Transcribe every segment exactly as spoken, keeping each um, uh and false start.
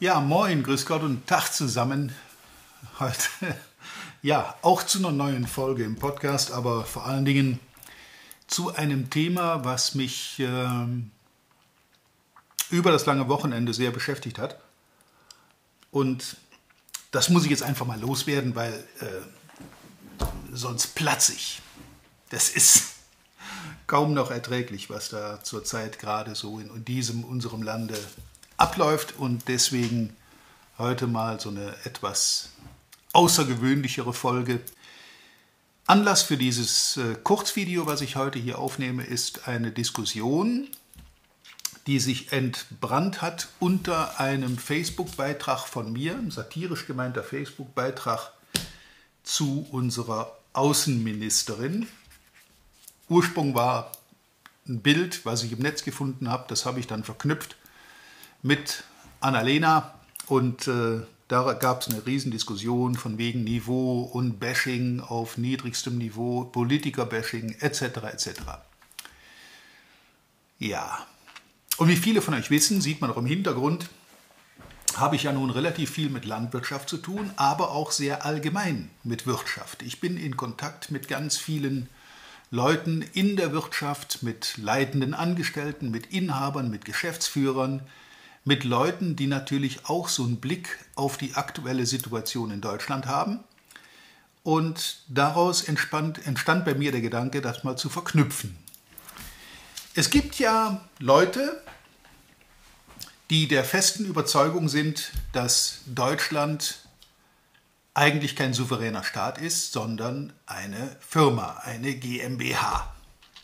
Ja, moin, grüß Gott und Tag zusammen. Heute, ja, auch zu einer neuen Folge im Podcast, aber vor allen Dingen zu einem Thema, was mich äh, über das lange Wochenende sehr beschäftigt hat. Und das muss ich jetzt einfach mal loswerden, weil äh, sonst platze ich. Das ist kaum noch erträglich, was da zurzeit gerade so in diesem, unserem Lande abläuft, und deswegen heute mal so eine etwas außergewöhnlichere Folge. Anlass für dieses äh, Kurzvideo, was ich heute hier aufnehme, ist eine Diskussion, die sich entbrannt hat unter einem Facebook-Beitrag von mir, ein satirisch gemeinter Facebook-Beitrag zu unserer Außenministerin. Ursprung war ein Bild, was ich im Netz gefunden habe, das habe ich dann verknüpft mit Annalena, und äh, da gab es eine Riesendiskussion von wegen Niveau und Bashing auf niedrigstem Niveau, Politiker-Bashing et cetera et cetera. Ja, und wie viele von euch wissen, sieht man auch im Hintergrund, habe ich ja nun relativ viel mit Landwirtschaft zu tun, aber auch sehr allgemein mit Wirtschaft. Ich bin in Kontakt mit ganz vielen Leuten in der Wirtschaft, mit leitenden Angestellten, mit Inhabern, mit Geschäftsführern, mit Leuten, die natürlich auch so einen Blick auf die aktuelle Situation in Deutschland haben. Und daraus entstand, entstand bei mir der Gedanke, das mal zu verknüpfen. Es gibt ja Leute, die der festen Überzeugung sind, dass Deutschland eigentlich kein souveräner Staat ist, sondern eine Firma, eine GmbH.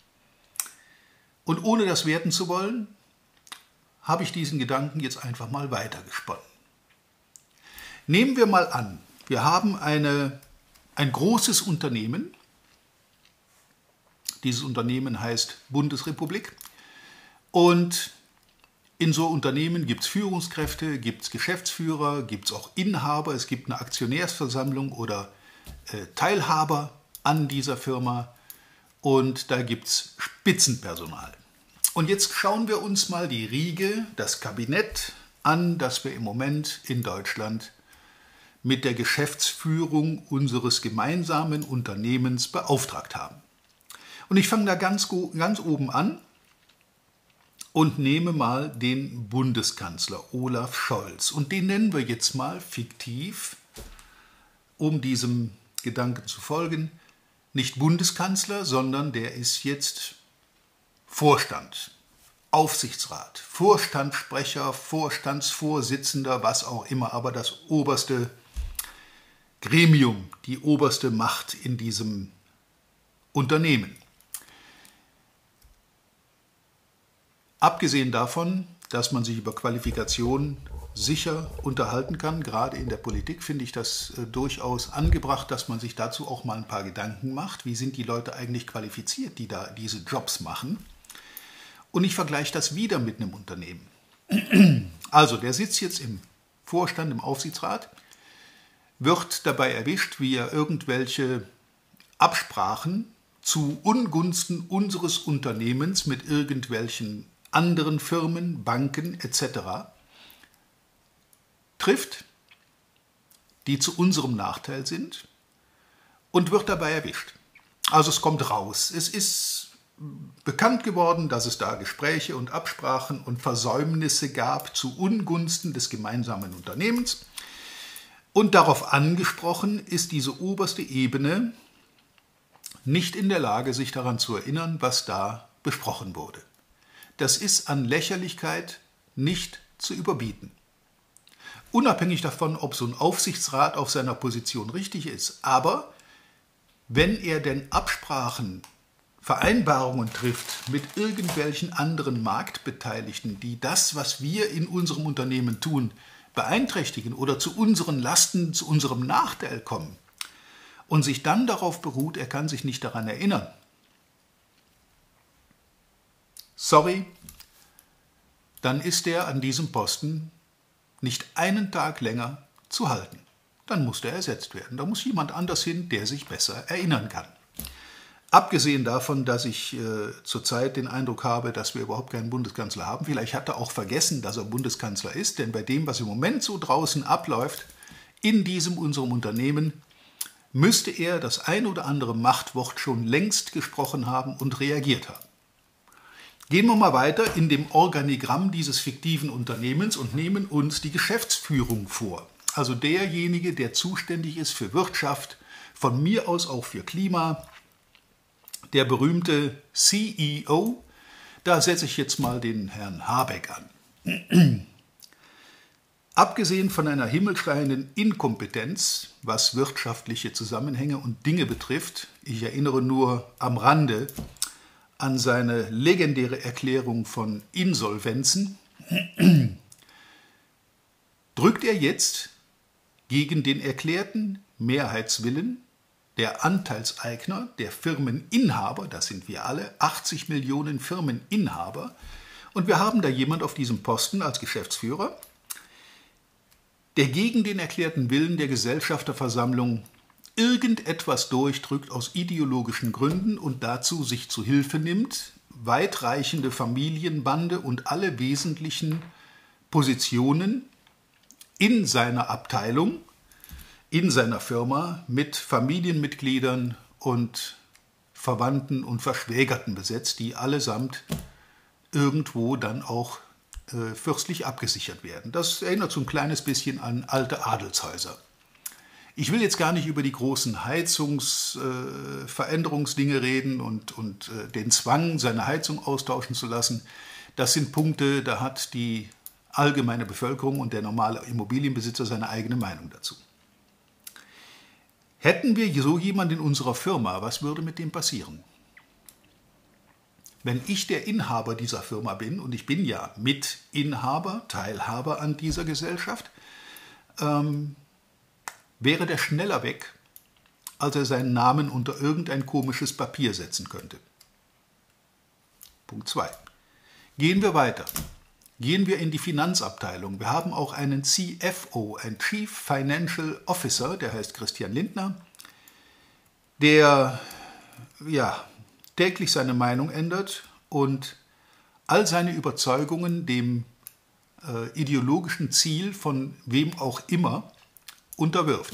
Und ohne das werten zu wollen, habe ich diesen Gedanken jetzt einfach mal weitergesponnen. Nehmen wir mal an, wir haben eine, ein großes Unternehmen. Dieses Unternehmen heißt Bundesrepublik. Und in so Unternehmen gibt es Führungskräfte, gibt es Geschäftsführer, gibt es auch Inhaber, es gibt eine Aktionärsversammlung oder äh, Teilhaber an dieser Firma, und da gibt es Spitzenpersonal. Und jetzt schauen wir uns mal die Riege, das Kabinett an, das wir im Moment in Deutschland mit der Geschäftsführung unseres gemeinsamen Unternehmens beauftragt haben. Und ich fange da ganz, ganz oben an und nehme mal den Bundeskanzler Olaf Scholz. Und den nennen wir jetzt mal fiktiv, um diesem Gedanken zu folgen, nicht Bundeskanzler, sondern der ist jetzt Vorstand, Aufsichtsrat, Vorstandssprecher, Vorstandsvorsitzender, was auch immer, aber das oberste Gremium, die oberste Macht in diesem Unternehmen. Abgesehen davon, dass man sich über Qualifikationen sicher unterhalten kann, gerade in der Politik finde ich das äh, durchaus angebracht, dass man sich dazu auch mal ein paar Gedanken macht. Wie sind die Leute eigentlich qualifiziert, die da diese Jobs machen? Und ich vergleiche das wieder mit einem Unternehmen. Also, der sitzt jetzt im Vorstand, im Aufsichtsrat, wird dabei erwischt, wie er irgendwelche Absprachen zu Ungunsten unseres Unternehmens mit irgendwelchen anderen Firmen, Banken et cetera trifft, die zu unserem Nachteil sind, und wird dabei erwischt. Also es kommt raus. Es ist bekannt geworden, dass es da Gespräche und Absprachen und Versäumnisse gab zu Ungunsten des gemeinsamen Unternehmens. Und darauf angesprochen ist diese oberste Ebene nicht in der Lage, sich daran zu erinnern, was da besprochen wurde. Das ist an Lächerlichkeit nicht zu überbieten. Unabhängig davon, ob so ein Aufsichtsrat auf seiner Position richtig ist, aber wenn er denn Absprachen, Vereinbarungen trifft mit irgendwelchen anderen Marktbeteiligten, die das, was wir in unserem Unternehmen tun, beeinträchtigen oder zu unseren Lasten, zu unserem Nachteil kommen, und sich dann darauf beruht, er kann sich nicht daran erinnern. Sorry, dann ist er an diesem Posten nicht einen Tag länger zu halten. Dann muss der ersetzt werden. Da muss jemand anders hin, der sich besser erinnern kann. Abgesehen davon, dass ich äh, zurzeit den Eindruck habe, dass wir überhaupt keinen Bundeskanzler haben. Vielleicht hat er auch vergessen, dass er Bundeskanzler ist, denn bei dem, was im Moment so draußen abläuft, in diesem unserem Unternehmen, müsste er das ein oder andere Machtwort schon längst gesprochen haben und reagiert haben. Gehen wir mal weiter in dem Organigramm dieses fiktiven Unternehmens und nehmen uns die Geschäftsführung vor. Also derjenige, der zuständig ist für Wirtschaft, von mir aus auch für Klima, der berühmte C E O. Da setze ich jetzt mal den Herrn Habeck an. Abgesehen von einer himmelschreienden Inkompetenz, was wirtschaftliche Zusammenhänge und Dinge betrifft, ich erinnere nur am Rande an seine legendäre Erklärung von Insolvenzen, drückt er jetzt gegen den erklärten Mehrheitswillen der Anteilseigner, der Firmeninhaber, das sind wir alle, achtzig Millionen Firmeninhaber, und wir haben da jemand auf diesem Posten als Geschäftsführer, der gegen den erklärten Willen der Gesellschafterversammlung irgendetwas durchdrückt aus ideologischen Gründen und dazu sich zu Hilfe nimmt, weitreichende Familienbande und alle wesentlichen Positionen in seiner Abteilung, in seiner Firma mit Familienmitgliedern und Verwandten und Verschwägerten besetzt, die allesamt irgendwo dann auch äh, fürstlich abgesichert werden. Das erinnert so ein kleines bisschen an alte Adelshäuser. Ich will jetzt gar nicht über die großen Heizungsveränderungsdinge äh, reden und, und äh, den Zwang, seine Heizung austauschen zu lassen. Das sind Punkte, da hat die allgemeine Bevölkerung und der normale Immobilienbesitzer seine eigene Meinung dazu. Hätten wir so jemanden in unserer Firma, was würde mit dem passieren? Wenn ich der Inhaber dieser Firma bin, und ich bin ja Mitinhaber, Teilhaber an dieser Gesellschaft, ähm, wäre der schneller weg, als er seinen Namen unter irgendein komisches Papier setzen könnte. Punkt zwei. Gehen wir weiter. Gehen wir in die Finanzabteilung. Wir haben auch einen C F O, ein Chief Financial Officer, der heißt Christian Lindner, der ja, täglich seine Meinung ändert und all seine Überzeugungen dem äh, ideologischen Ziel von wem auch immer unterwirft.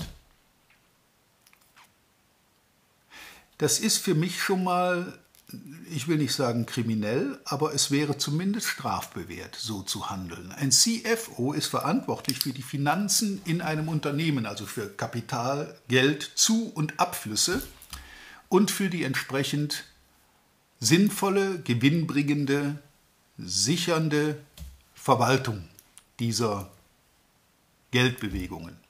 Das ist für mich schon mal, ich will nicht sagen kriminell, aber es wäre zumindest strafbewehrt, so zu handeln. Ein C F O ist verantwortlich für die Finanzen in einem Unternehmen, also für Kapital, Geld, Zu- und Abflüsse und für die entsprechend sinnvolle, gewinnbringende, sichernde Verwaltung dieser Geldbewegungen.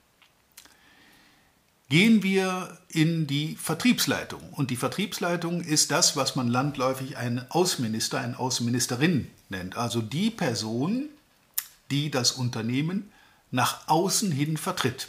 Gehen wir in die Vertriebsleitung. Und die Vertriebsleitung ist das, was man landläufig einen Außenminister, eine Außenministerin nennt. Also die Person, die das Unternehmen nach außen hin vertritt.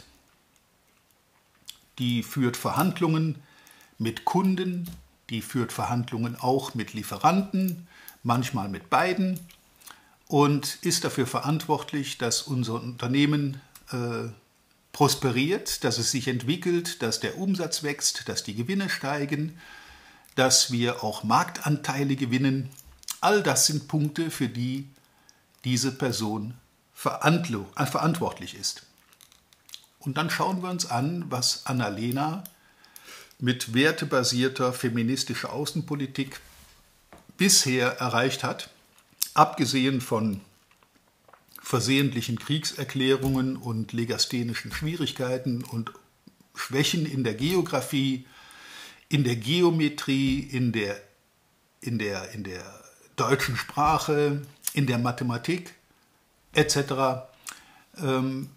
Die führt Verhandlungen mit Kunden, die führt Verhandlungen auch mit Lieferanten, manchmal mit beiden und ist dafür verantwortlich, dass unser Unternehmen äh, prosperiert, dass es sich entwickelt, dass der Umsatz wächst, dass die Gewinne steigen, dass wir auch Marktanteile gewinnen. All das sind Punkte, für die diese Person verantwortlich ist. Und dann schauen wir uns an, was Annalena mit wertebasierter feministischer Außenpolitik bisher erreicht hat, abgesehen von versehentlichen Kriegserklärungen und legasthenischen Schwierigkeiten und Schwächen in der Geografie, in der Geometrie, in der, in der, in der deutschen Sprache, in der Mathematik et cetera. Ähm,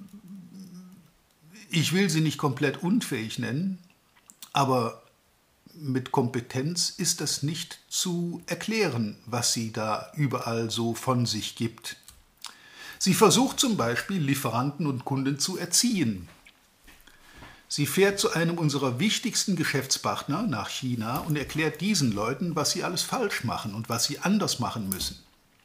ich will sie nicht komplett unfähig nennen, aber mit Kompetenz ist das nicht zu erklären, was sie da überall so von sich gibt. Sie versucht zum Beispiel, Lieferanten und Kunden zu erziehen. Sie fährt zu einem unserer wichtigsten Geschäftspartner nach China und erklärt diesen Leuten, was sie alles falsch machen und was sie anders machen müssen.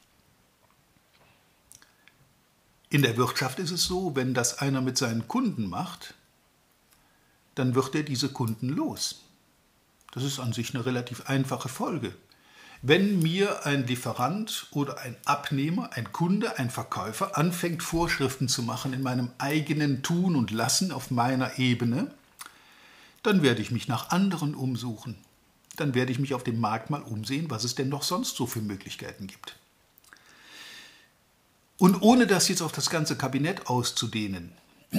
In der Wirtschaft ist es so, wenn das einer mit seinen Kunden macht, dann wird er diese Kunden los. Das ist an sich eine relativ einfache Folge. Wenn mir ein Lieferant oder ein Abnehmer, ein Kunde, ein Verkäufer anfängt, Vorschriften zu machen in meinem eigenen Tun und Lassen auf meiner Ebene, dann werde ich mich nach anderen umsuchen. Dann werde ich mich auf dem Markt mal umsehen, was es denn noch sonst so für Möglichkeiten gibt. Und ohne das jetzt auf das ganze Kabinett auszudehnen,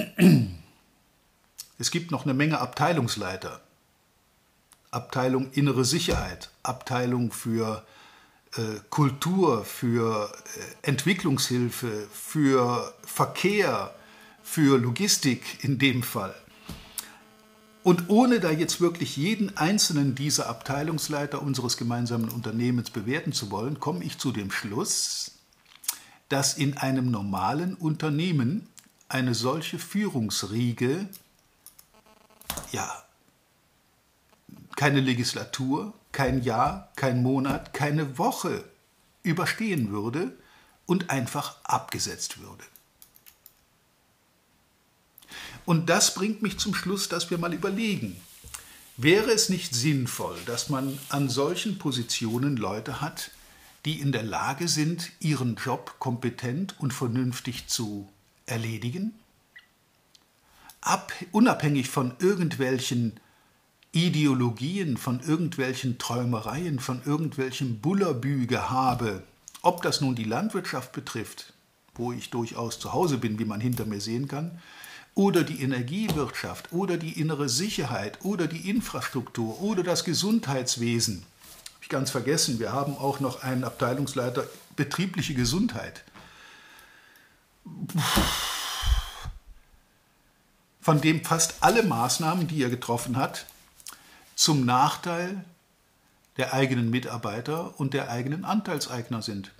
es gibt noch eine Menge Abteilungsleiter. Abteilung Innere Sicherheit, Abteilung für äh, Kultur, für äh, Entwicklungshilfe, für Verkehr, für Logistik in dem Fall. Und ohne da jetzt wirklich jeden einzelnen dieser Abteilungsleiter unseres gemeinsamen Unternehmens bewerten zu wollen, komme ich zu dem Schluss, dass in einem normalen Unternehmen eine solche Führungsriege, ja, keine Legislatur, kein Jahr, kein Monat, keine Woche überstehen würde und einfach abgesetzt würde. Und das bringt mich zum Schluss, dass wir mal überlegen, wäre es nicht sinnvoll, dass man an solchen Positionen Leute hat, die in der Lage sind, ihren Job kompetent und vernünftig zu erledigen? Ab, unabhängig von irgendwelchen Ideologien, von irgendwelchen Träumereien, von irgendwelchem Bullerbü-Gehabe, ob das nun die Landwirtschaft betrifft, wo ich durchaus zu Hause bin, wie man hinter mir sehen kann, oder die Energiewirtschaft, oder die innere Sicherheit, oder die Infrastruktur, oder das Gesundheitswesen. Habe ich ganz vergessen, wir haben auch noch einen Abteilungsleiter betriebliche Gesundheit. Von dem fast alle Maßnahmen, die er getroffen hat, zum Nachteil der eigenen Mitarbeiter und der eigenen Anteilseigner sind.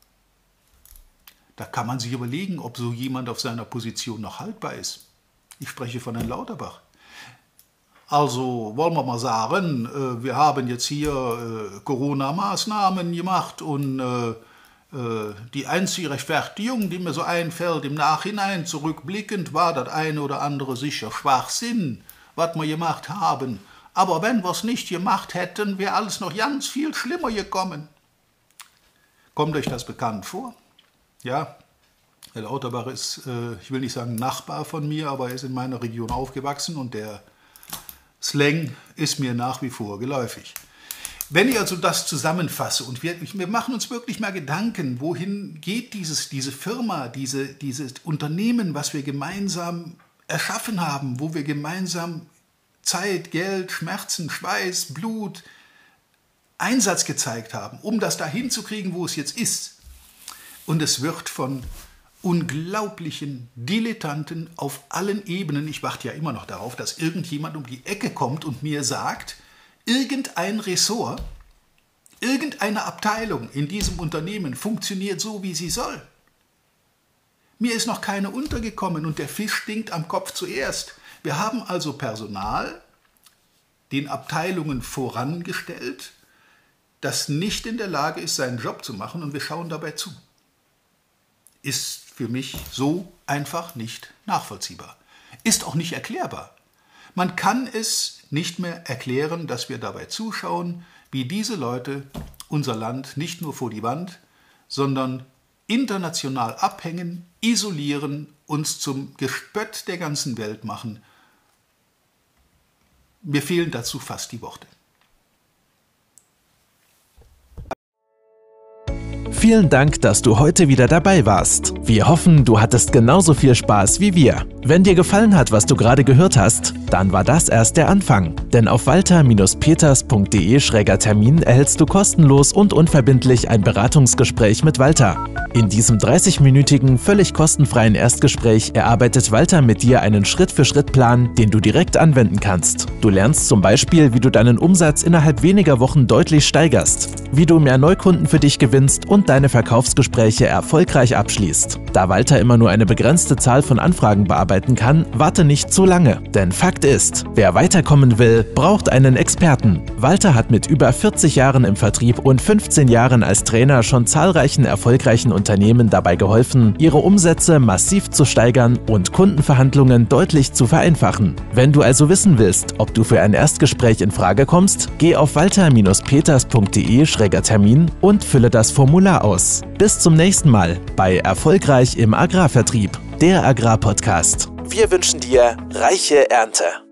Da kann man sich überlegen, ob so jemand auf seiner Position noch haltbar ist. Ich spreche von Herrn Lauterbach. Also wollen wir mal sagen, wir haben jetzt hier Corona-Maßnahmen gemacht und die einzige Rechtfertigung, die mir so einfällt im Nachhinein, zurückblickend, war das eine oder andere sicher Schwachsinn, was wir gemacht haben. Aber wenn wir es nicht gemacht hätten, wäre alles noch ganz viel schlimmer gekommen. Kommt euch das bekannt vor? Ja, Herr Lauterbach ist, äh, ich will nicht sagen Nachbar von mir, aber er ist in meiner Region aufgewachsen und der Slang ist mir nach wie vor geläufig. Wenn ich also das zusammenfasse und wir, wir machen uns wirklich mal Gedanken, wohin geht dieses, diese Firma, diese, dieses Unternehmen, was wir gemeinsam erschaffen haben, wo wir gemeinsam Zeit, Geld, Schmerzen, Schweiß, Blut, Einsatz gezeigt haben, um das dahin zu kriegen, wo es jetzt ist. Und es wird von unglaublichen Dilettanten auf allen Ebenen, ich warte ja immer noch darauf, dass irgendjemand um die Ecke kommt und mir sagt, irgendein Ressort, irgendeine Abteilung in diesem Unternehmen funktioniert so, wie sie soll. Mir ist noch keine untergekommen und der Fisch stinkt am Kopf zuerst. Wir haben also Personal den Abteilungen vorangestellt, das nicht in der Lage ist, seinen Job zu machen und wir schauen dabei zu. Ist für mich so einfach nicht nachvollziehbar. Ist auch nicht erklärbar. Man kann es nicht mehr erklären, dass wir dabei zuschauen, wie diese Leute unser Land nicht nur vor die Wand, sondern international abhängen, isolieren, uns zum Gespött der ganzen Welt machen. Mir fehlen dazu fast die Worte. Vielen Dank, dass du heute wieder dabei warst. Wir hoffen, du hattest genauso viel Spaß wie wir. Wenn dir gefallen hat, was du gerade gehört hast, dann war das erst der Anfang. Denn auf walter Bindestrich peters punkt de schräger Termin erhältst du kostenlos und unverbindlich ein Beratungsgespräch mit Walter. In diesem dreißigminütigen, völlig kostenfreien Erstgespräch erarbeitet Walter mit dir einen Schritt-für-Schritt-Plan, den du direkt anwenden kannst. Du lernst zum Beispiel, wie du deinen Umsatz innerhalb weniger Wochen deutlich steigerst, wie du mehr Neukunden für dich gewinnst und deine Verkaufsgespräche erfolgreich abschließt. Da Walter immer nur eine begrenzte Zahl von Anfragen bearbeiten kann, warte nicht zu lange. Denn Fakt Fakt ist, wer weiterkommen will, braucht einen Experten. Walter hat mit über vierzig Jahren im Vertrieb und fünfzehn Jahren als Trainer schon zahlreichen erfolgreichen Unternehmen dabei geholfen, ihre Umsätze massiv zu steigern und Kundenverhandlungen deutlich zu vereinfachen. Wenn du also wissen willst, ob du für ein Erstgespräch in Frage kommst, geh auf walter Bindestrich peters punkt de Schräger Termin und fülle das Formular aus. Bis zum nächsten Mal bei Erfolgreich im Agrarvertrieb, der Agrarpodcast. Wir wünschen dir reiche Ernte.